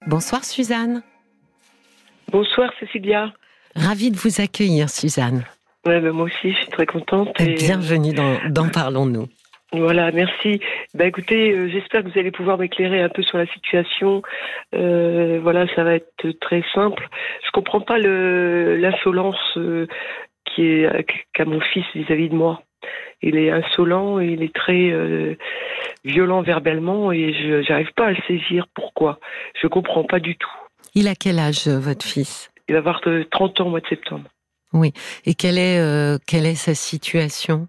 Bonsoir Suzanne. Bonsoir Cécilia. Ravie de vous accueillir Suzanne. Ouais, moi aussi, je suis très contente. Bienvenue dans Parlons-nous. Voilà, merci. Écoutez, j'espère que vous allez pouvoir m'éclairer un peu sur la situation. Voilà, ça va être très simple. Je comprends pas l'insolence qu'a mon fils vis-à-vis de moi. Il est insolent, il est très violent verbalement et je n'arrive pas à le saisir. Pourquoi? Je comprends pas du tout. Il a quel âge, votre fils? Il va avoir 30 ans au mois de septembre. Oui. Et quelle est sa situation?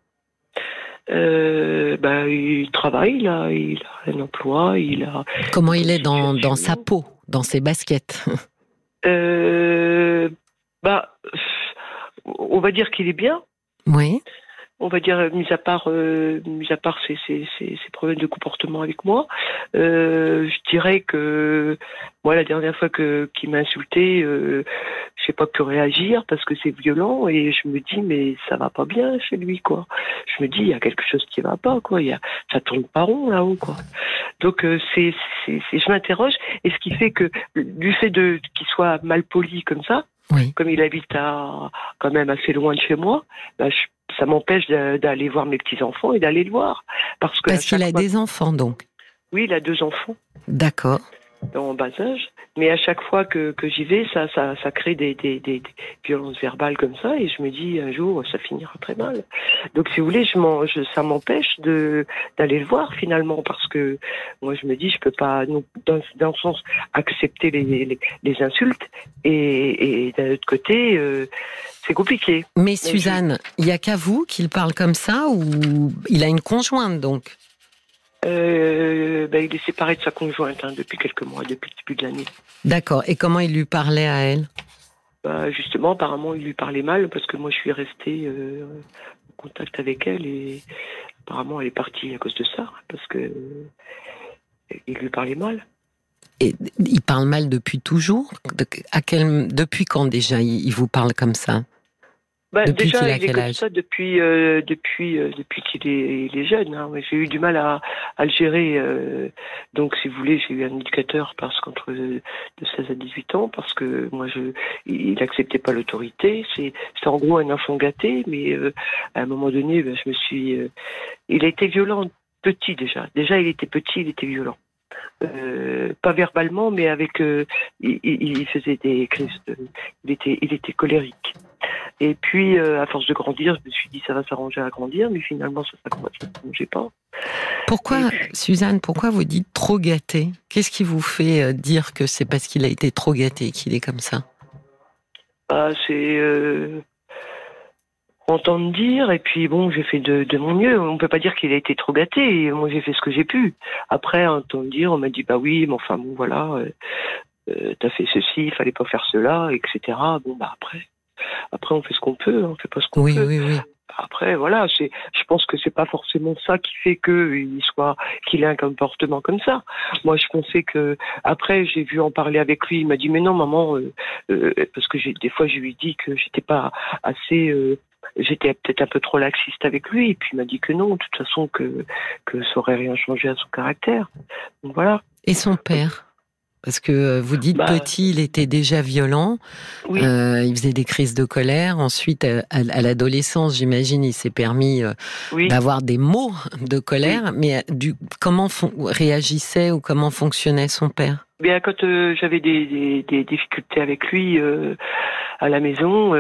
Il travaille, il a un emploi, Comment il est dans sa peau, dans ses baskets? On va dire qu'il est bien. Oui. On va dire, mis à part ses problèmes de comportement avec moi, je dirais que moi, la dernière fois qu'il m'a insulté, j'ai pas pu réagir parce que c'est violent et je me dis mais ça va pas bien chez lui quoi. Je me dis il y a quelque chose qui va pas quoi. Ça tourne pas rond là-haut quoi. Donc je m'interroge et ce qui fait que du fait qu'il soit mal poli comme ça, oui. Comme il habite quand même assez loin de chez moi, ça m'empêche d'aller voir mes petits-enfants et d'aller le voir. Parce qu'il a des enfants, donc? Oui, il a 2 enfants. D'accord. En bas âge. Mais à chaque fois que j'y vais, ça crée des violences verbales comme ça. Et je me dis, un jour, ça finira très mal. Donc, si vous voulez, ça m'empêche d'aller le voir, finalement. Parce que moi, je me dis, je peux pas, dans le sens, accepter les insultes. Et d'un autre côté... c'est compliqué. Mais Suzanne, il n'y a qu'à vous qu'il parle comme ça ou il a une conjointe donc? Il est séparé de sa conjointe depuis quelques mois, depuis le début de l'année. D'accord. Et comment il lui parlait à elle? Justement, apparemment, il lui parlait mal parce que moi, je suis restée en contact avec elle et apparemment, elle est partie à cause de ça parce que il lui parlait mal. Et il parle mal depuis toujours? Depuis quand déjà il vous parle comme ça? Depuis déjà, qu'il a il est quel comme âge? ça depuis qu'il il est jeune. J'ai eu du mal à le gérer. Donc, si vous voulez, j'ai eu un éducateur de 16 à 18 ans parce que moi, il n'acceptait pas l'autorité. C'est en gros un enfant gâté, mais à un moment donné, il a été violent petit déjà. Déjà, il était petit, il était violent. Pas verbalement, mais avec il faisait des crises. Il était colérique. Et puis, à force de grandir, je me suis dit ça va s'arranger à grandir, mais finalement, ça ne s'arrangeait pas. Pourquoi, Suzanne, pourquoi vous dites trop gâté? Qu'est-ce qui vous fait dire que c'est parce qu'il a été trop gâté qu'il est comme ça? C'est entendre dire, et puis bon, j'ai fait de mon mieux. On ne peut pas dire qu'il a été trop gâté. Moi, j'ai fait ce que j'ai pu. Après, entendre dire, on m'a dit, oui, mais enfin, bon, voilà, t'as fait ceci, il fallait pas faire cela, etc. Bon, après, on fait ce qu'on peut, on fait pas ce qu'on peut. Oui. Après, voilà, je pense que c'est pas forcément ça qui fait qu'il ait un comportement comme ça. Moi, je pensais que, après, j'ai vu en parler avec lui, il m'a dit, mais non, maman, parce que des fois, je lui ai dit que j'étais pas assez, j'étais peut-être un peu trop laxiste avec lui, et puis il m'a dit que non, de toute façon, que ça aurait rien changé à son caractère. Donc voilà. Et son père? Parce que vous dites petit, il était déjà violent, oui. Il faisait des crises de colère. Ensuite, à l'adolescence, j'imagine, il s'est permis d'avoir des mots de colère. Oui. Mais comment réagissait ou comment fonctionnait son père? Bien, quand j'avais des difficultés avec lui à la maison,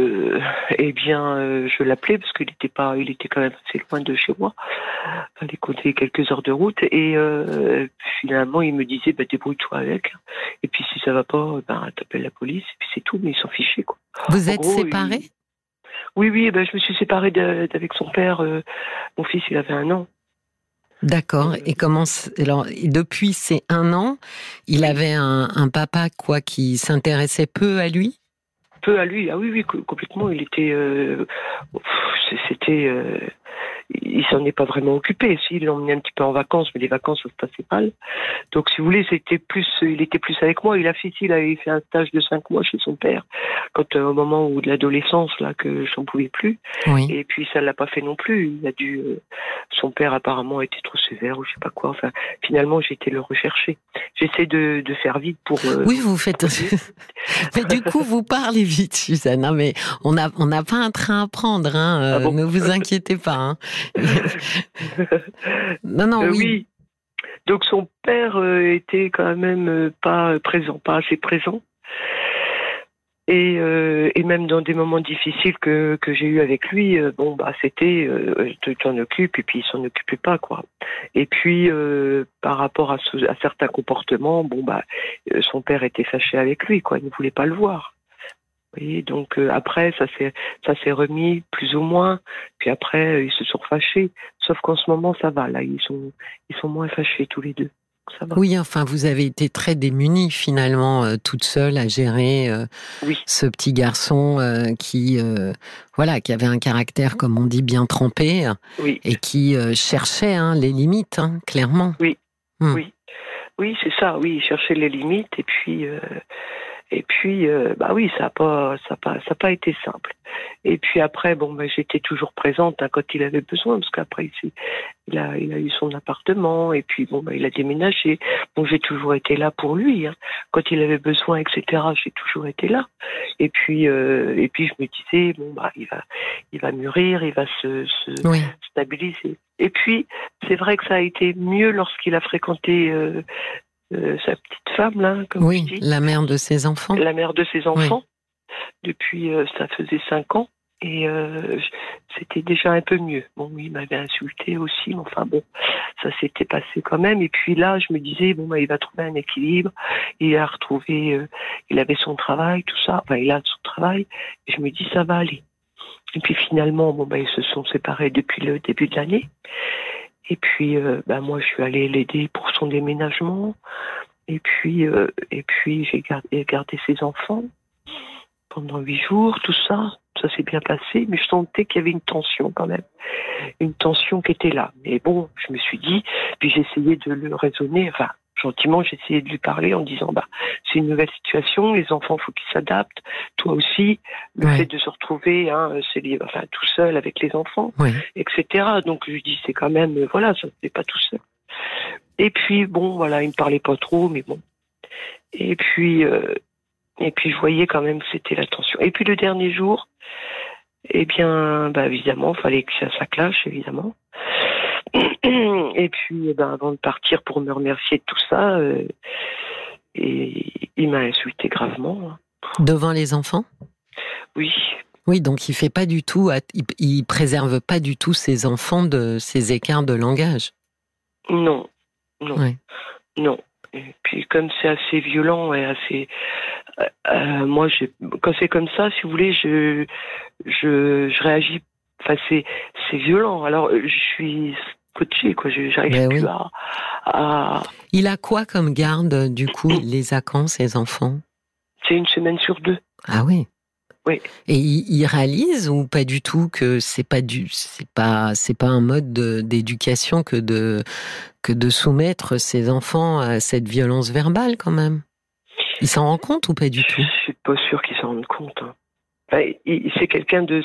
je l'appelais parce qu'il était quand même assez loin de chez moi. Il fallait compter quelques heures de route et finalement il me disait débrouille-toi avec. Et puis si ça va pas, t'appelles la police et puis c'est tout. Mais il s'en fichait quoi. Vous êtes séparés? Oui, je me suis séparée avec son père. Mon fils, il avait 1 an. D'accord. Et alors, depuis ces 1 an, il avait un papa qui s'intéressait peu à lui? Peu à lui. Ah oui, complètement. Il était, il s'en est pas vraiment occupé. Si, il l'a emmené un petit peu en vacances, mais les vacances, ça se passait mal. Donc, si vous voulez, il était plus avec moi. Il avait fait un stage de 5 mois chez son père, quand, au moment où de l'adolescence, là, que j'en pouvais plus. Oui. Et puis, ça l'a pas fait non plus. Son père, apparemment, était trop sévère, ou je sais pas quoi. Enfin, finalement, j'ai été le rechercher. J'essaie de faire vite pour... oui, vous faites... mais du coup, vous parlez vite, Suzanne. Hein, mais on n'a pas un train à prendre. Hein, bon. Ne vous inquiétez pas. Hein. Non, oui. Oui. Donc, son père était quand même pas assez présent. Et même dans des moments difficiles que j'ai eu avec lui, c'était tu t'en occupes, et puis il s'en occupait pas, quoi. Et puis par rapport à certains comportements, son père était fâché avec lui, quoi. Il ne voulait pas le voir. Vous voyez, donc après ça s'est remis plus ou moins. Puis après ils se sont fâchés. Sauf qu'en ce moment ça va, là ils sont moins fâchés tous les deux. Ça va. Oui, enfin, vous avez été très démunie finalement, toute seule à gérer ce petit garçon qui avait un caractère, comme on dit, bien trempé, et qui cherchait les limites, clairement. Oui, oui, c'est ça. Oui, il cherchait les limites, et puis ça a pas été simple. Et puis après, j'étais toujours présente quand il avait besoin, parce qu'après il a eu son appartement, et puis il a déménagé. J'ai toujours été là pour lui, hein. Quand il avait besoin, etc. J'ai toujours été là. Et puis je me disais il va mûrir, il va se stabiliser. Et puis c'est vrai que ça a été mieux lorsqu'il a fréquenté sa petite femme, là, comme je dis. La mère de ses enfants. La mère de ses enfants. Depuis, ça faisait 5 ans. Et c'était déjà un peu mieux. Il m'avait insulté aussi, mais enfin ça s'était passé quand même. Et puis là, je me disais, il va trouver un équilibre. Il a retrouvé, il avait son travail, tout ça. Enfin, il a son travail. Et je me dis, ça va aller. Et puis finalement, ils se sont séparés depuis le début de l'année. Et puis, moi, je suis allée l'aider pour son déménagement. Et puis j'ai gardé ses enfants pendant 8 jours, tout ça. Ça s'est bien passé, mais je sentais qu'il y avait une tension quand même. Une tension qui était là. Mais bon, je me suis dit, puis j'ai essayé de le raisonner, enfin, gentiment, j'ai essayé de lui parler en disant, c'est une nouvelle situation, les enfants, faut qu'ils s'adaptent. Toi aussi, le fait de se retrouver, tout seul avec les enfants, etc. Donc, je lui dis, c'est quand même, ça se fait pas tout seul. Et puis, il me parlait pas trop, mais bon. Et puis, je voyais quand même que c'était la tension. Et puis, le dernier jour, évidemment, il fallait que ça clash, évidemment. Et puis, avant de partir pour me remercier de tout ça, et il m'a insulté gravement. Devant les enfants ? Oui. Oui, donc il préserve pas du tout ses enfants de ces écarts de langage. Non. Non. Et puis comme c'est assez violent et assez, moi, quand c'est comme ça, si vous voulez, je réagis. Enfin, c'est violent. Alors, je suis coachée, quoi. J'arrive plus à. Il a quoi comme garde, du coup? Il les a quand, ses enfants? C'est 1 semaine sur 2. Ah oui. Oui. Et il réalise ou pas du tout que c'est pas un mode d'éducation que de soumettre ses enfants à cette violence verbale quand même? Il s'en rend compte ou pas du tout? Je suis pas sûre qu'il s'en rende compte. Hein. Enfin, c'est quelqu'un de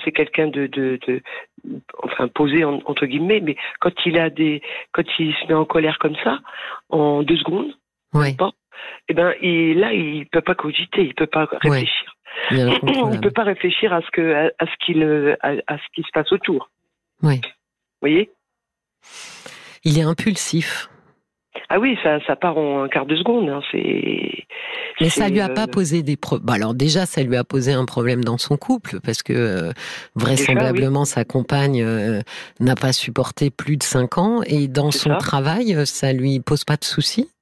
posé entre guillemets, mais quand il se met en colère comme ça, en 2 secondes, pas, il peut pas cogiter, il peut pas réfléchir. Il peut pas réfléchir à ce qui se passe autour. Oui. Vous voyez? Il est impulsif. Ah oui, ça part en un quart de seconde. Hein, mais ça lui a pas posé des problèmes. Alors déjà, ça lui a posé un problème dans son couple, parce que vraisemblablement sa compagne n'a pas supporté plus de 5 ans, et dans son travail, ça lui pose pas de soucis?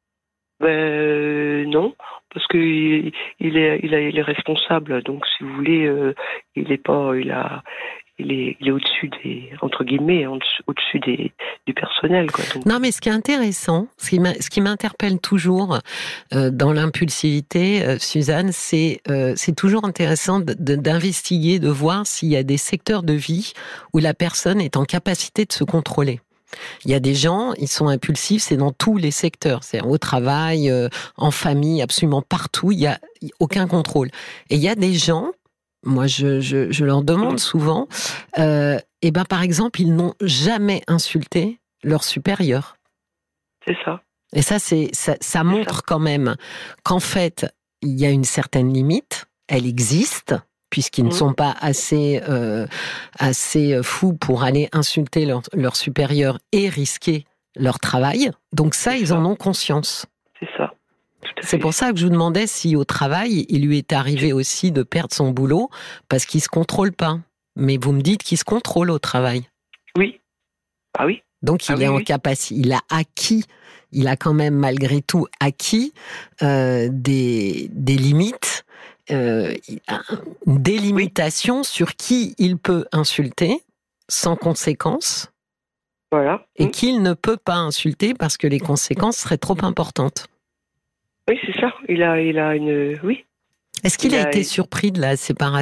Non, parce que il est responsable. Donc, si vous voulez, il il est au-dessus des, entre guillemets, au-dessus du personnel, quoi. Donc... Non, mais ce qui est intéressant, ce qui m'interpelle toujours dans l'impulsivité, Suzanne, c'est toujours intéressant d'investiguer, de voir s'il y a des secteurs de vie où la personne est en capacité de se contrôler. Il y a des gens, ils sont impulsifs, c'est dans tous les secteurs, c'est au travail, en famille, absolument partout, il y a aucun contrôle. Et il y a des gens, moi je leur demande souvent, par exemple, ils n'ont jamais insulté leur supérieur. C'est ça. Et ça montre quand même qu'en fait, il y a une certaine limite, elle existe, puisqu'ils ne sont pas assez fous pour aller insulter leur supérieur et risquer leur travail. Donc ça, ils en ont conscience. C'est ça. C'est pour ça que je vous demandais si au travail, il lui est arrivé aussi de perdre son boulot parce qu'il se contrôle pas. Mais vous me dites qu'il se contrôle au travail. Oui. Ah oui. Donc il est en capacité, il a acquis, il a quand même malgré tout acquis des limites, une délimitation sur qui il peut insulter sans conséquence. Voilà. Et qu'il ne peut pas insulter parce que les conséquences seraient trop importantes. Oui, c'est ça. Il a une... Oui. Est-ce qu'il a été surpris de la séparation ?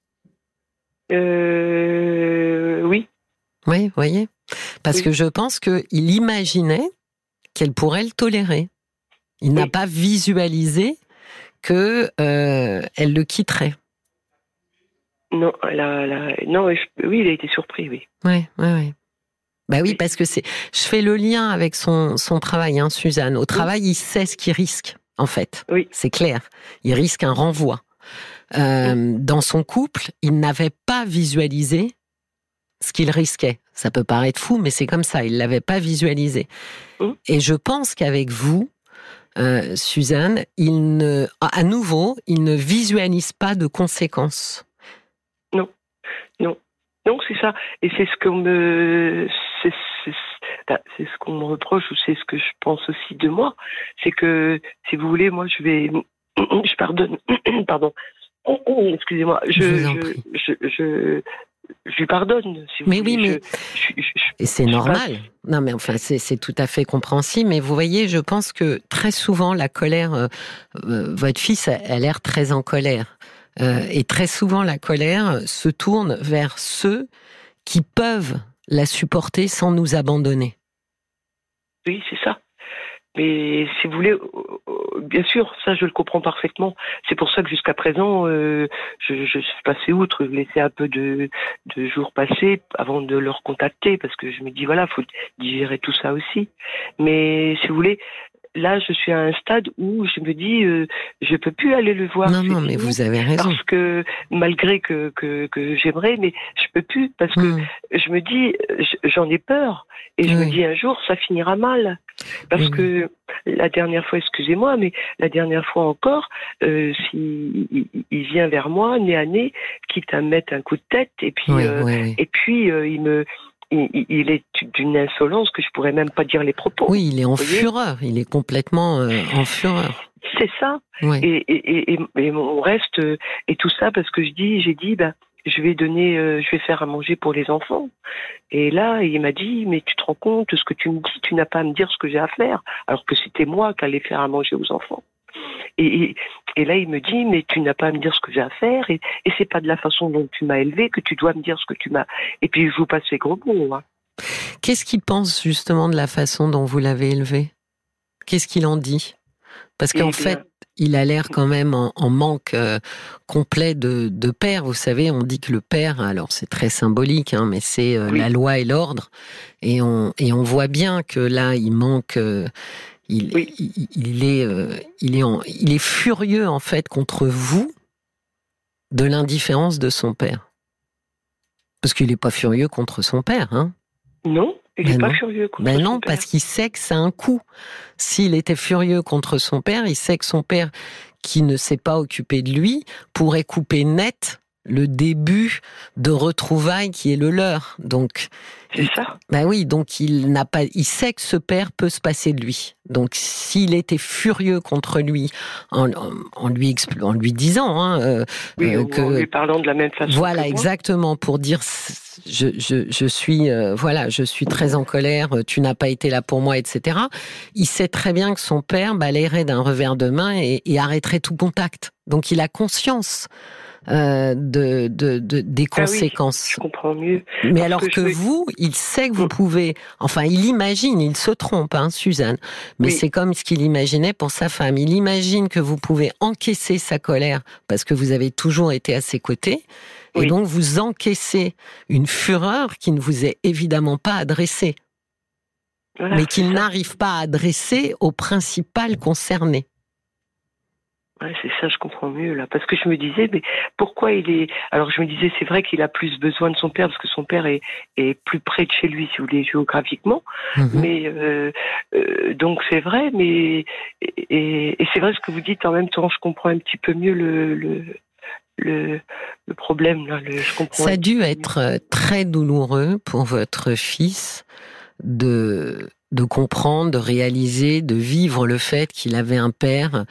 Oui. Oui, vous voyez ? Parce que je pense qu'il imaginait qu'elle pourrait le tolérer. Il n'a pas visualisé qu'elle le quitterait. Non, non, oui, il a été surpris, oui. Oui. Bah oui, parce que je fais le lien avec son travail, hein, Suzanne. Au travail, il sait ce qu'il risque, en fait. Oui. C'est clair. Il risque un renvoi. Dans son couple, il n'avait pas visualisé ce qu'il risquait. Ça peut paraître fou, mais c'est comme ça. Il l'avait pas visualisé. Et je pense qu'avec vous, Suzanne, à nouveau, il ne visualise pas de conséquences. Non, c'est ça. Et c'est ce qu'on me reproche, ou c'est ce que je pense aussi de moi. C'est que, si vous voulez, moi, je pardonne. Pardon. Excusez-moi. Je lui pardonne. Si vous voulez. Mais et c'est normal. Non, mais enfin, c'est tout à fait compréhensible. Mais vous voyez, je pense que très souvent, la colère, votre fils a l'air très en colère. Et très souvent, la colère se tourne vers ceux qui peuvent la supporter sans nous abandonner. Oui, c'est ça. Mais si vous voulez, bien sûr, ça je le comprends parfaitement. C'est pour ça que jusqu'à présent, je suis passé outre, laisser un peu de jours passer avant de le recontacter, parce que je me dis, voilà, faut digérer tout ça aussi. Mais si vous voulez, là, je suis à un stade où je me dis, je peux plus aller le voir. Non, mais vous avez raison. Parce que, malgré que j'aimerais, mais je peux plus, parce que je me dis, j'en ai peur. Et je me dis, un jour, ça finira mal. Parce que, la dernière fois, excusez-moi, mais la dernière fois encore, il vient vers moi, nez à nez, quitte à me mettre un coup de tête, et puis, il est d'une insolence que je pourrais même pas dire les propos. Oui, il est en fureur. Il est complètement en fureur. C'est ça. Oui. Et mon reste et tout ça parce que j'ai dit, je vais faire à manger pour les enfants. Et là, il m'a dit, mais tu te rends compte de ce que tu me dis, tu n'as pas à me dire ce que j'ai à faire, alors que c'était moi qui allais faire à manger aux enfants. Et là, il me dit, mais tu n'as pas à me dire ce que j'ai à faire, et c'est pas de la façon dont tu m'as élevé que tu dois me dire ce que tu m'as. Et puis, je vous passe les gros mots. Hein. Qu'est-ce qu'il pense justement de la façon dont vous l'avez élevé ? Qu'est-ce qu'il en dit ? Parce qu'en fait, il a l'air quand même en manque complet de père. Vous savez, on dit que le père, alors c'est très symbolique, hein, mais c'est la loi et l'ordre. Et on voit bien que là, il manque... Il est furieux en fait contre vous de l'indifférence de son père. Parce qu'il n'est pas furieux contre son père, hein ? Non, il n'est pas furieux contre son père. Non, parce qu'il sait que c'est un coup. S'il était furieux contre son père, il sait que son père, qui ne s'est pas occupé de lui, pourrait couper net le début de retrouvailles qui est le leur. Donc, c'est ça. Bah oui, donc il sait que ce père peut se passer de lui. Donc s'il était furieux contre lui en lui disant en lui parlant de la même façon. Voilà, exactement, pour dire je suis très en colère, tu n'as pas été là pour moi, etc. Il sait très bien que son père balayerait d'un revers de main et arrêterait tout contact. Donc il a conscience des conséquences. Oui, je comprends mieux. Mais alors que vous, il sait que vous pouvez... Enfin, il imagine, il se trompe, Suzanne. Mais c'est comme ce qu'il imaginait pour sa femme. Il imagine que vous pouvez encaisser sa colère parce que vous avez toujours été à ses côtés. Et donc, vous encaissez une fureur qui ne vous est évidemment pas adressée. Voilà, mais qu'il n'arrive pas à adresser au principal concerné. Ouais, c'est ça, je comprends mieux là, parce que je me disais, mais pourquoi il est... Alors je me disais, c'est vrai qu'il a plus besoin de son père, parce que son père est plus près de chez lui, si vous voulez, géographiquement. Mais donc c'est vrai, mais et c'est vrai ce que vous dites en même temps, je comprends un petit peu mieux le problème là. Je comprends. Ça a dû être très douloureux pour votre fils de comprendre, de réaliser, de vivre le fait qu'il avait un père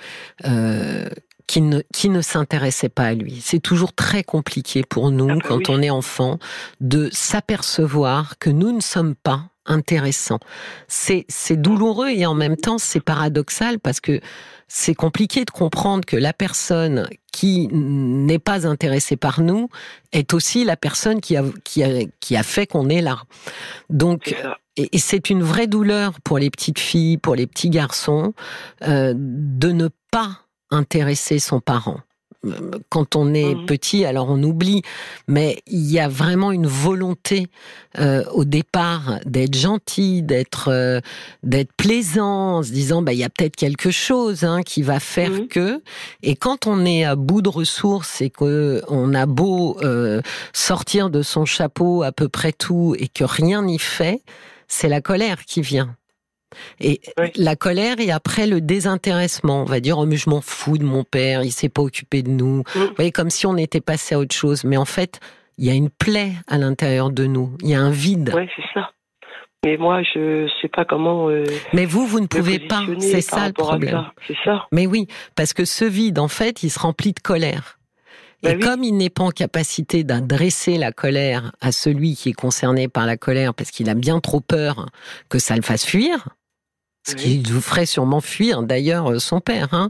qui ne s'intéressait pas à lui. C'est toujours très compliqué pour nous, quand on est enfant, de s'apercevoir que nous ne sommes pas intéressants. C'est douloureux et en même temps c'est paradoxal parce que c'est compliqué de comprendre que la personne qui n'est pas intéressée par nous est aussi la personne qui a fait qu'on est là. Donc, et c'est une vraie douleur pour les petites filles, pour les petits garçons, de ne pas intéresser son parent. Quand on est petit, alors on oublie, mais il y a vraiment une volonté au départ d'être gentil, d'être plaisant, en se disant il y a peut-être quelque chose qui va faire que. Et quand on est à bout de ressources et qu'on a beau sortir de son chapeau à peu près tout et que rien n'y fait, c'est la colère qui vient. Et la colère et après le désintéressement, on va dire mais je m'en fous de mon père, il s'est pas occupé de nous. Vous voyez, comme si on était passé à autre chose, mais en fait il y a une plaie à l'intérieur de nous, il y a un vide. Oui, c'est ça. Mais moi je sais pas comment. Mais vous ne pouvez pas, c'est ça le problème. C'est ça. Mais oui, parce que ce vide en fait il se remplit de colère. Et comme il n'est pas en capacité d'adresser la colère à celui qui est concerné par la colère, parce qu'il a bien trop peur que ça le fasse fuir, ce qui vous ferait sûrement fuir d'ailleurs son père,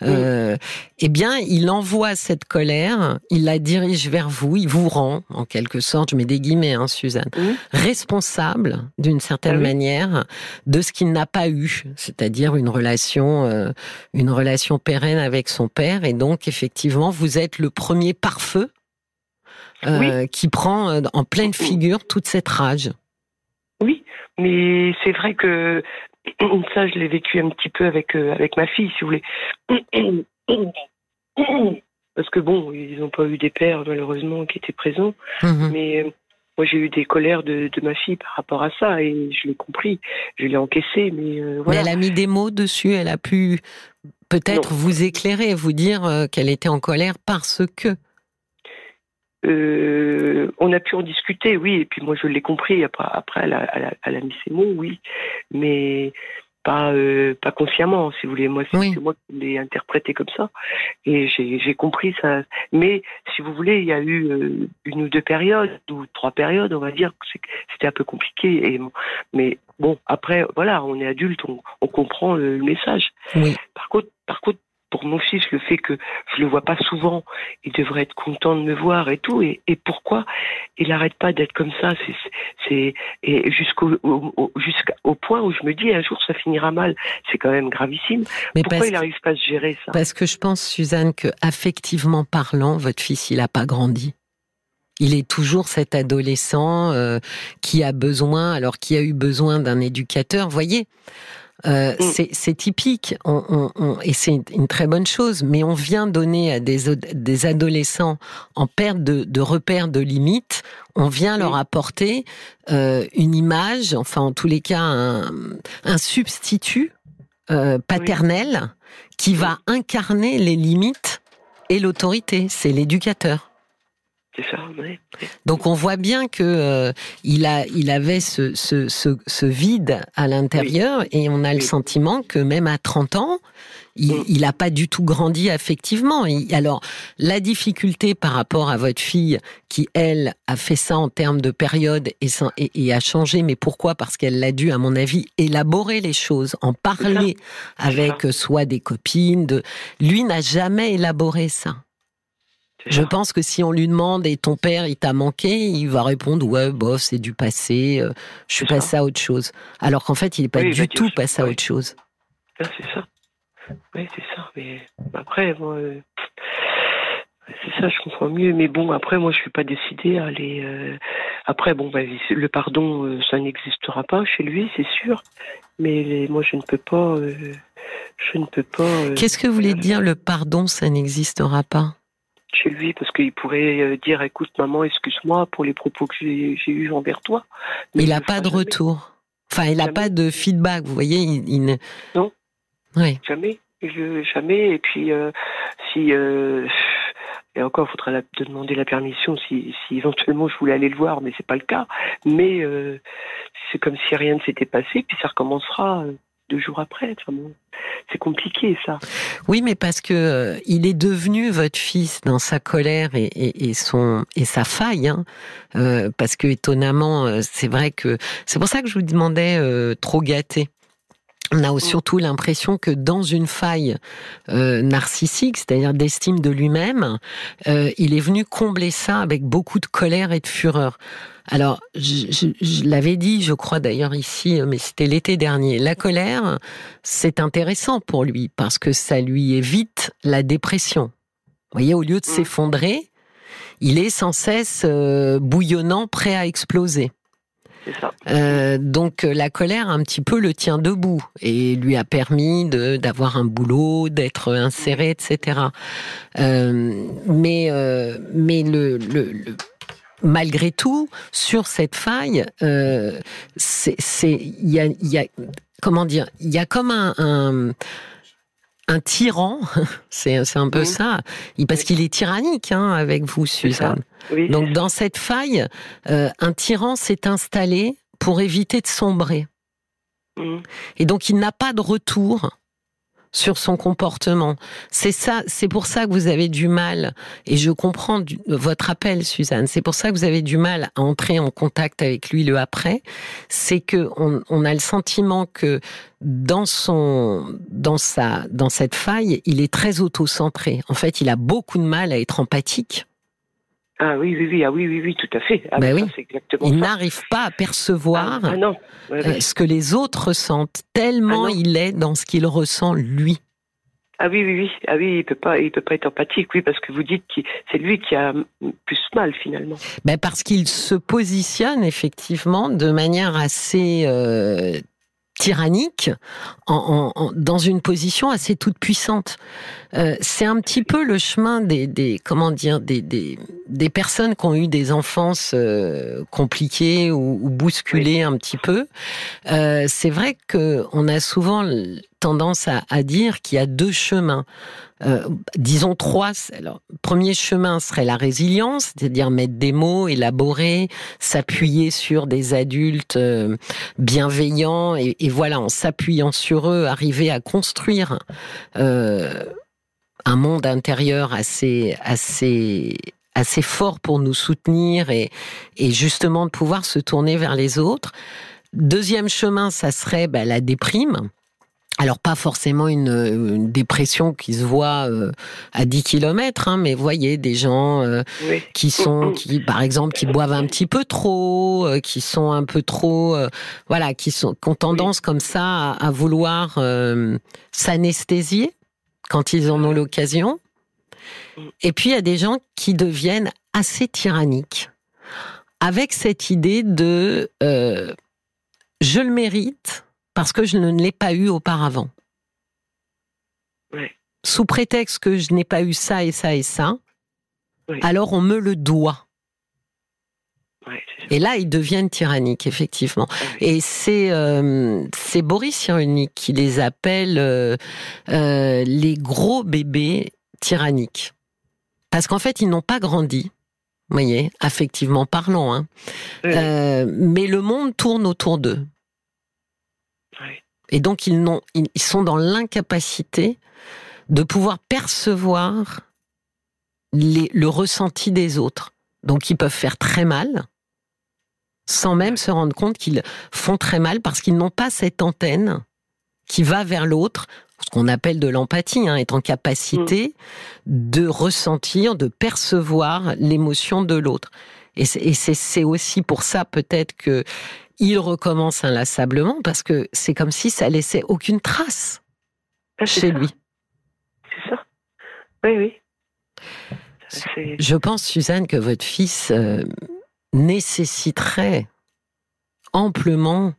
eh bien il envoie cette colère, il la dirige vers vous, il vous rend, en quelque sorte, je mets des guillemets, Suzanne, responsable d'une certaine manière de ce qu'il n'a pas eu, c'est-à-dire une relation pérenne avec son père, et donc effectivement vous êtes le premier pare-feu qui prend en pleine figure toute cette rage. Oui, mais c'est vrai que ça, je l'ai vécu un petit peu avec ma fille, si vous voulez. Parce que bon, ils n'ont pas eu des pères, malheureusement, qui étaient présents. Mais moi, j'ai eu des colères de ma fille par rapport à ça, et je l'ai compris, je l'ai encaissé, mais voilà. Mais elle a mis des mots dessus, elle a pu peut-être vous éclairer, vous dire qu'elle était en colère parce que... on a pu en discuter, oui, et puis moi je l'ai compris. Après, elle a mis ses mots, oui, mais pas consciemment, si vous voulez. Moi, c'est moi qui l'ai interprété comme ça, et j'ai compris ça. Mais si vous voulez, il y a eu une ou deux périodes, ou 3 périodes, on va dire, c'était un peu compliqué. Mais bon, après, voilà, on est adulte, on comprend le message. Oui. Par contre. Pour mon fils, le fait que je le vois pas souvent, il devrait être content de me voir et tout. Et pourquoi il n'arrête pas d'être comme ça? Et jusqu'au point où je me dis un jour ça finira mal. C'est quand même gravissime. Mais pourquoi il n'arrive pas à se gérer ça? Parce que je pense, Suzanne, que affectivement parlant, votre fils, il n'a pas grandi. Il est toujours cet adolescent qui a eu besoin d'un éducateur. Vous voyez, c'est typique, et c'est une très bonne chose, mais on vient donner à des adolescents en perte de repères, de limites, on vient leur apporter une image, enfin en tous les cas un substitut paternel qui va incarner les limites et l'autorité, c'est l'éducateur. C'est ça, oui. Donc on voit bien que il avait ce vide à l'intérieur, et on a le sentiment que même à 30 ans, il n'a pas du tout grandi affectivement. Alors, la difficulté par rapport à votre fille, qui, elle, a fait ça en termes de période et a changé, mais pourquoi ? Parce qu'elle a dû, à mon avis, élaborer les choses, en parler avec soit des copines. Lui n'a jamais élaboré ça. Je pense que si on lui demande « et ton père, il t'a manqué ?», il va répondre « ouais, bof, c'est du passé, je suis passé à autre chose ». Alors qu'en fait, il n'est pas du tout passé à autre chose. C'est ça. Oui, c'est ça. Mais après, moi, c'est ça, je comprends mieux. Mais bon, après, moi, je suis pas décidée à aller. Après, bon, le pardon, ça n'existera pas chez lui, c'est sûr. Mais moi, je ne peux pas. Qu'est-ce que vous voulez dire, le pardon, ça n'existera pas chez lui, parce qu'il pourrait dire, écoute, maman, excuse-moi pour les propos que j'ai eus envers toi. Mais il n'a pas de retour. Enfin, il n'a pas de feedback. Vous voyez, non. Oui. Jamais. Jamais. Et puis, et encore, il faudra demander la permission si éventuellement je voulais aller le voir, mais c'est pas le cas. Mais c'est comme si rien ne s'était passé, puis ça recommencera 2 jours après. Enfin, bon, c'est compliqué, ça. Oui, mais parce que il est devenu votre fils dans sa colère et sa faille, hein, parce que étonnamment, c'est vrai que c'est pour ça que je vous demandais trop gâté. On a surtout l'impression que dans une faille narcissique, c'est-à-dire d'estime de lui-même, il est venu combler ça avec beaucoup de colère et de fureur. Alors, je l'avais dit, je crois d'ailleurs ici, mais c'était l'été dernier, la colère, c'est intéressant pour lui, parce que ça lui évite la dépression. Vous voyez, au lieu de s'effondrer, il est sans cesse bouillonnant, prêt à exploser. Donc la colère un petit peu le tient debout et lui a permis d'avoir un boulot, d'être inséré, etc. Mais malgré tout, sur cette faille, il y a comment dire, il y a comme un tyran, c'est un peu ça, parce qu'il est tyrannique avec vous, Suzanne. Oui. Donc dans cette faille, un tyran s'est installé pour éviter de sombrer. Et donc il n'a pas de retour sur son comportement. C'est pour ça que vous avez du mal, et je comprends votre appel, Suzanne, c'est pour ça que vous avez du mal à entrer en contact avec lui le après, c'est que on a le sentiment que dans cette faille, il est très auto-centré. En fait, il a beaucoup de mal à être empathique. Ah oui, tout à fait. Oui. C'est exactement il ça. n'arrive pas à percevoir ce que les autres ressentent, tellement il est dans ce qu'il ressent lui. Ah oui, il peut pas être empathique, oui, parce que vous dites que c'est lui qui a plus mal finalement. Parce qu'il se positionne effectivement de manière assez tyrannique, dans une position assez toute puissante. C'est un petit peu le chemin des personnes qui ont eu des enfances compliquées ou bousculées un petit peu. C'est vrai que on a souvent tendance à dire qu'il y a 2 chemins. Disons 3. Alors, premier chemin serait la résilience, c'est-à-dire mettre des mots, élaborer, s'appuyer sur des adultes bienveillants et voilà, en s'appuyant sur eux, arriver à construire un monde intérieur assez fort pour nous soutenir et justement de pouvoir se tourner vers les autres. Deuxième chemin, ça serait la déprime. Alors, pas forcément une dépression qui se voit à 10 kilomètres, mais voyez, des gens qui, par exemple, qui boivent un petit peu trop, qui sont un peu trop, qui ont tendance comme ça à vouloir s'anesthésier quand ils en ont l'occasion. Et puis, il y a des gens qui deviennent assez tyranniques, avec cette idée de je le mérite, parce que je ne l'ai pas eu auparavant. Sous prétexte que je n'ai pas eu ça et ça et ça, alors on me le doit. Et là, ils deviennent tyranniques, effectivement. Et c'est Boris Cyrulnik qui les appelle les gros bébés tyranniques. Parce qu'en fait, ils n'ont pas grandi. vous voyez, affectivement parlant. Hein. Oui. Mais le monde tourne autour d'eux. Oui. Et donc, ils sont dans l'incapacité de pouvoir percevoir le ressenti des autres. Donc, ils peuvent faire très mal, sans même se rendre compte qu'ils font très mal, parce qu'ils n'ont pas cette antenne qui va vers l'autre, ce qu'on appelle de l'empathie, est en capacité de ressentir, de percevoir l'émotion de l'autre. Et c'est aussi pour ça peut-être que il recommence inlassablement, parce que c'est comme si ça laissait aucune trace chez lui. C'est ça. Oui. Je pense, Suzanne, que votre fils nécessiterait amplement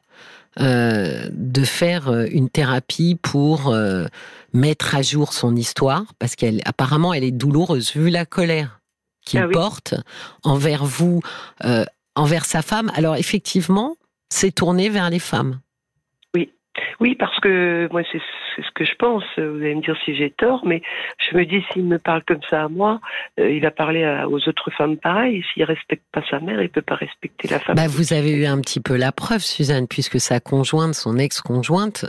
de faire une thérapie pour mettre à jour son histoire, parce qu'apparemment elle est douloureuse, vu la colère qu'il porte envers vous, envers sa femme. Alors effectivement, c'est tourné vers les femmes. Oui, parce que moi, c'est ce que je pense. Vous allez me dire si j'ai tort, mais je me dis, s'il me parle comme ça à moi, il va parler aux autres femmes pareil. S'il respecte pas sa mère, il peut pas respecter la femme. Vous avez eu un petit peu la preuve, Suzanne, puisque sa conjointe, son ex-conjointe,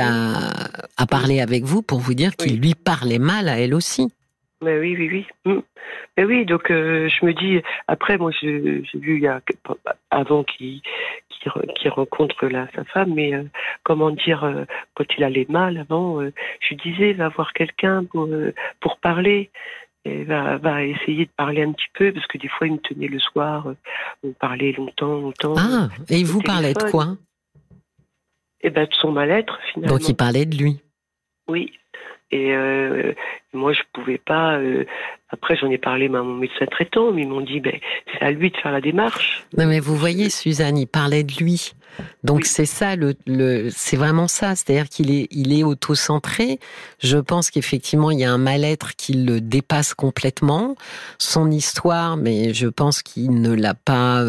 a parlé avec vous pour vous dire qu'il lui parlait mal à elle aussi. Mais oui. Mais oui, donc je me dis, après, moi, j'ai vu avant qu'il rencontre sa femme, mais comment dire, quand il allait mal avant, je lui disais, va voir quelqu'un pour parler, et va essayer de parler un petit peu, parce que des fois il me tenait le soir, on parlait longtemps. Ah, et il vous parlait de quoi? De son mal-être, finalement. Donc il parlait de lui. Oui. Et moi, je pouvais pas. Après, j'en ai parlé à mon médecin traitant, mais ils m'ont dit, c'est à lui de faire la démarche. Non, mais vous voyez, Suzanne, il parlait de lui. Donc c'est ça, c'est vraiment ça. C'est-à-dire qu'il est auto-centré. Je pense qu'effectivement, il y a un mal-être qui le dépasse complètement. Son histoire, mais je pense qu'il ne l'a pas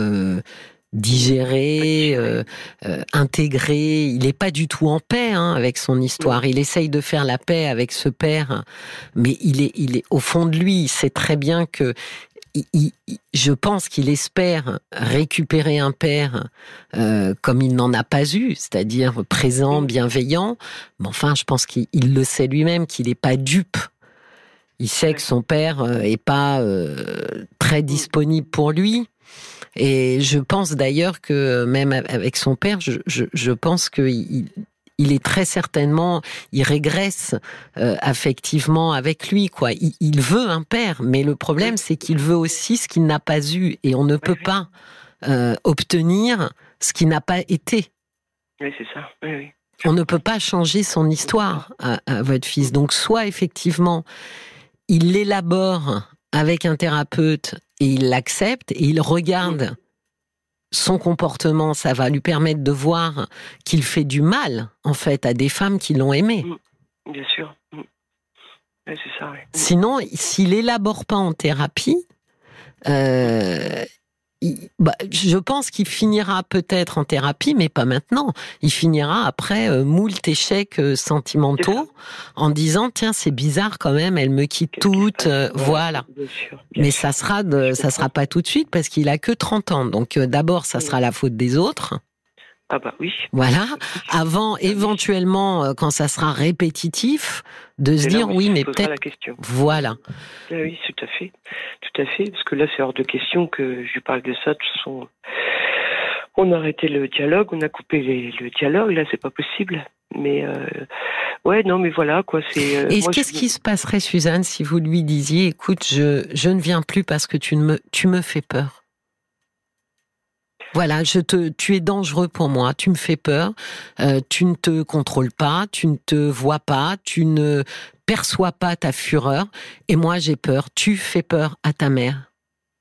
digéré, intégré. Il n'est pas du tout en paix avec son histoire. Il essaye de faire la paix avec ce père, mais il est au fond de lui. Il sait très bien que je pense qu'il espère récupérer un père comme il n'en a pas eu, c'est-à-dire présent, bienveillant. Mais enfin, je pense qu'il le sait lui-même, qu'il n'est pas dupe. Il sait que son père est pas très disponible pour lui. Et je pense d'ailleurs que même avec son père, je pense qu'il est très certainement, il régresse affectivement avec lui, quoi. Il veut un père, mais le problème c'est qu'il veut aussi ce qu'il n'a pas eu, et on ne peut pas obtenir ce qui n'a pas été. Oui, c'est ça. Oui. On ne peut pas changer son histoire à votre fils. Donc soit effectivement, il l'élabore avec un thérapeute et il l'accepte et il regarde son comportement, ça va lui permettre de voir qu'il fait du mal, en fait, à des femmes qui l'ont aimé. Bien sûr. Oui, c'est ça, oui. Sinon, s'il élabore pas en thérapie, je pense qu'il finira peut-être en thérapie, mais pas maintenant. Il finira après moult échecs sentimentaux en disant, tiens, c'est bizarre quand même, elle me quitte toute, voilà. Bien sûr. Mais ça sera pas tout de suite, parce qu'il a que 30 ans. Donc d'abord, ça sera la faute des autres. Ah oui. Voilà. Avant, éventuellement, quand ça sera répétitif, de se dire oui, mais peut-être. La question. Voilà. Oui, tout à fait, parce que là, c'est hors de question que je lui parle de ça. De toute façon, on a arrêté le dialogue, on a coupé le dialogue. Là, c'est pas possible. Mais mais voilà quoi. Et qu'est-ce qui se passerait, Suzanne, si vous lui disiez, écoute, je ne viens plus parce que tu me fais peur. Voilà, tu es dangereux pour moi, tu me fais peur, tu ne te contrôles pas, tu ne te vois pas, tu ne perçois pas ta fureur, et moi j'ai peur, tu fais peur à ta mère.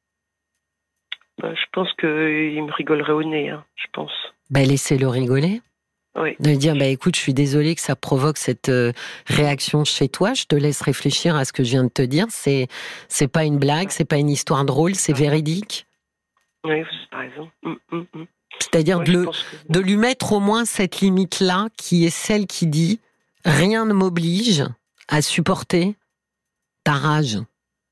Je pense qu'il me rigolerait au nez, je pense. Laissez-le rigoler. Oui. De dire, écoute, je suis désolée que ça provoque cette réaction chez toi, je te laisse réfléchir à ce que je viens de te dire, c'est pas une blague, c'est pas une histoire drôle, c'est véridique. Oui, vous avez raison. C'est-à-dire de lui mettre au moins cette limite-là, qui est celle qui dit « Rien ne m'oblige à supporter ta rage ».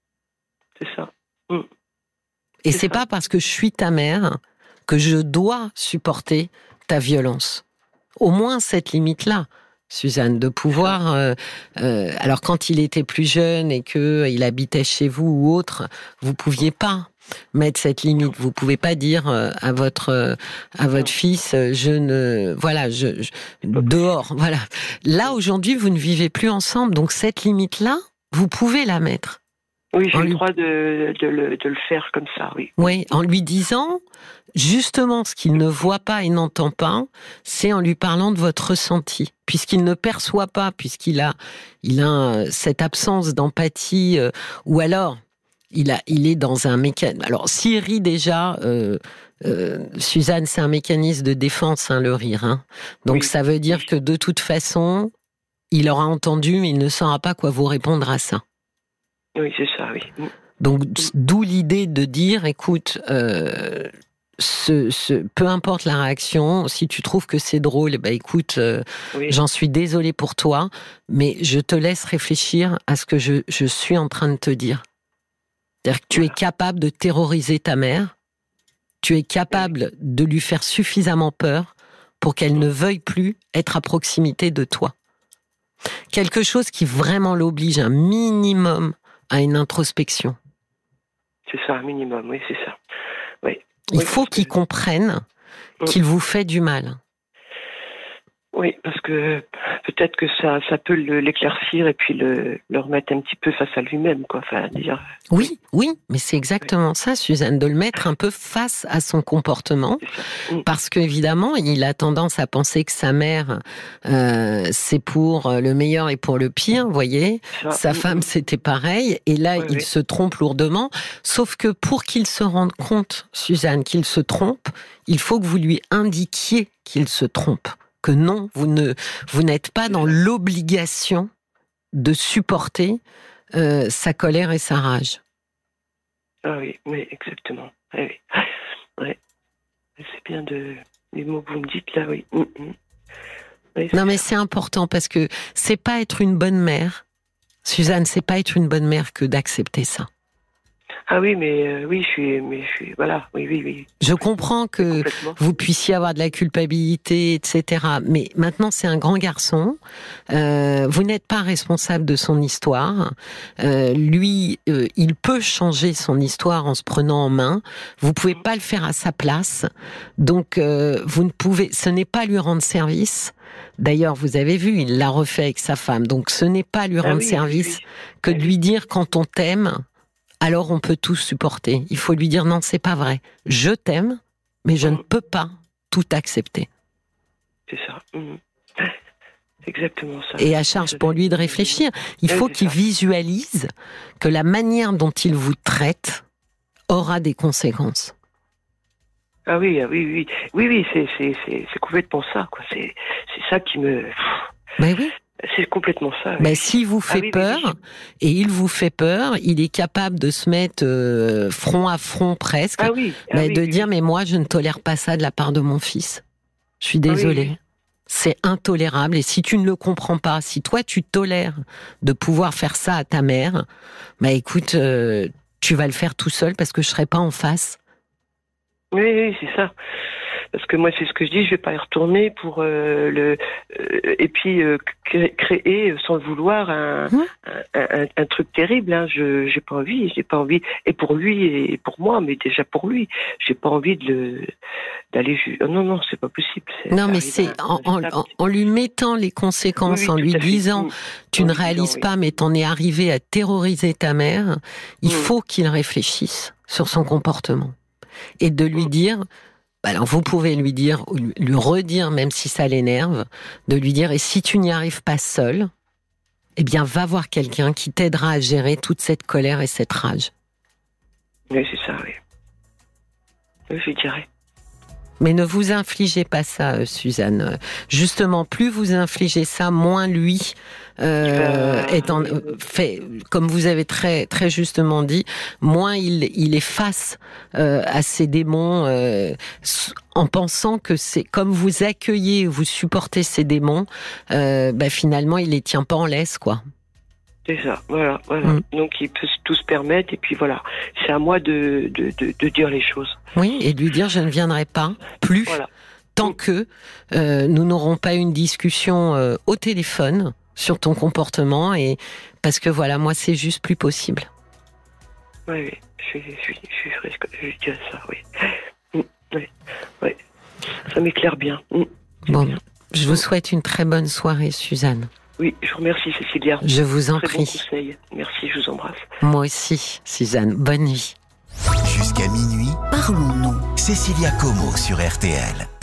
C'est ça. Et c'est pas parce que je suis ta mère que je dois supporter ta violence. Au moins cette limite-là, Suzanne, de pouvoir... alors quand il était plus jeune et qu'il habitait chez vous ou autre, vous pouviez pas mettre cette limite. Vous pouvez pas dire à votre fils, dehors. Voilà. Là aujourd'hui, vous ne vivez plus ensemble, donc cette limite-là, vous pouvez la mettre. Oui, j'ai le droit de le faire comme ça, oui. Oui, en lui disant justement ce qu'il ne voit pas et n'entend pas, c'est en lui parlant de votre ressenti, puisqu'il ne perçoit pas, puisqu'il a cette absence d'empathie, ou alors il est dans un mécanisme. Alors s'il rit déjà, Suzanne, c'est un mécanisme de défense, le rire. Donc ça veut dire que de toute façon, il aura entendu, mais il ne saura pas quoi vous répondre à ça. Oui, c'est ça, oui. Donc, d'où l'idée de dire, écoute, peu importe la réaction, si tu trouves que c'est drôle, écoute, j'en suis désolée pour toi, mais je te laisse réfléchir à ce que je suis en train de te dire. C'est-à-dire que tu es capable de terroriser ta mère, tu es capable de lui faire suffisamment peur pour qu'elle ne veuille plus être à proximité de toi. Quelque chose qui vraiment l'oblige un minimum à une introspection. C'est ça, un minimum, oui, c'est ça. Oui. Il faut qu'il comprenne qu'il vous fait du mal. Oui, parce que peut-être que ça peut l'éclaircir et puis le remettre un petit peu face à lui-même, quoi. Enfin, dire. Oui, mais c'est exactement ça, Suzanne, de le mettre un peu face à son comportement, parce qu'évidemment, il a tendance à penser que sa mère, c'est pour le meilleur et pour le pire, vous voyez. Sa femme, c'était pareil, et là, il se trompe lourdement. Sauf que pour qu'il se rende compte, Suzanne, qu'il se trompe, il faut que vous lui indiquiez qu'il se trompe. Que non, vous n'êtes pas dans l'obligation de supporter sa colère et sa rage. Ah oui, exactement. Oui. C'est bien les mots que vous me dites là, oui. Oui, non, mais c'est important parce que c'est pas être une bonne mère, Suzanne, c'est pas être une bonne mère que d'accepter ça. Ah oui, mais je suis, voilà, oui. Je comprends que vous puissiez avoir de la culpabilité, etc. Mais maintenant, c'est un grand garçon. Vous n'êtes pas responsable de son histoire. Lui, il peut changer son histoire en se prenant en main. Vous pouvez pas le faire à sa place. Donc, vous ne pouvez. Ce n'est pas lui rendre service. D'ailleurs, vous avez vu, il l'a refait avec sa femme. Donc, ce n'est pas lui rendre service que de lui dire quand on t'aime. Alors on peut tout supporter. Il faut lui dire non, c'est pas vrai. Je t'aime, mais je ne peux pas tout accepter. C'est ça. C'est exactement ça. Et à charge pour lui de réfléchir. Il faut qu'il visualise que la manière dont il vous traite aura des conséquences. Ah oui, c'est complètement ça, quoi. C'est ça qui me. Ben oui. C'est complètement ça. Oui. Ben, s'il vous fait peur, et il vous fait peur, il est capable de se mettre front à front presque, de dire mais moi je ne tolère pas ça de la part de mon fils. Je suis désolée. C'est intolérable et si tu ne le comprends pas, si toi tu tolères de pouvoir faire ça à ta mère, écoute, tu vas le faire tout seul parce que je serai pas en face. Oui, c'est ça. Parce que moi, c'est ce que je dis, je vais pas y retourner pour et puis créer sans le vouloir un truc terrible. J'ai pas envie, et pour lui et pour moi, mais déjà pour lui, j'ai pas envie d'aller. Non, c'est pas possible. Non, mais c'est en lui mettant les conséquences, en lui disant, tu ne réalises pas, mais t'en es arrivé à terroriser ta mère. Il faut qu'il réfléchisse sur son comportement et de lui dire. Alors vous pouvez lui dire, lui redire, même si ça l'énerve, de lui dire, et si tu n'y arrives pas seul, eh bien va voir quelqu'un qui t'aidera à gérer toute cette colère et cette rage. Oui, c'est ça, oui. Oui, je dirais. Mais ne vous infligez pas ça, Suzanne. Justement, plus vous infligez ça, moins lui fait, comme vous avez très très justement dit, moins il est face à ces démons en pensant que c'est comme vous accueillez, vous supportez ces démons, finalement il les tient pas en laisse, quoi. C'est ça, voilà. Donc il peut tout se permettre, et puis voilà. C'est à moi de dire les choses. Oui, et de lui dire je ne viendrai pas plus tant que nous n'aurons pas une discussion au téléphone sur ton comportement, et parce que voilà, moi c'est juste plus possible. Oui, je dirais ça, oui. Oui. Ça m'éclaire bien. Bon, bien. Je vous souhaite une très bonne soirée, Suzanne. Oui, je vous remercie, Cécilia. Je vous en prie. Bon conseil. Merci, je vous embrasse. Moi aussi, Suzanne. Bonne nuit. Jusqu'à minuit, parlons-nous. Cécilia Como sur RTL.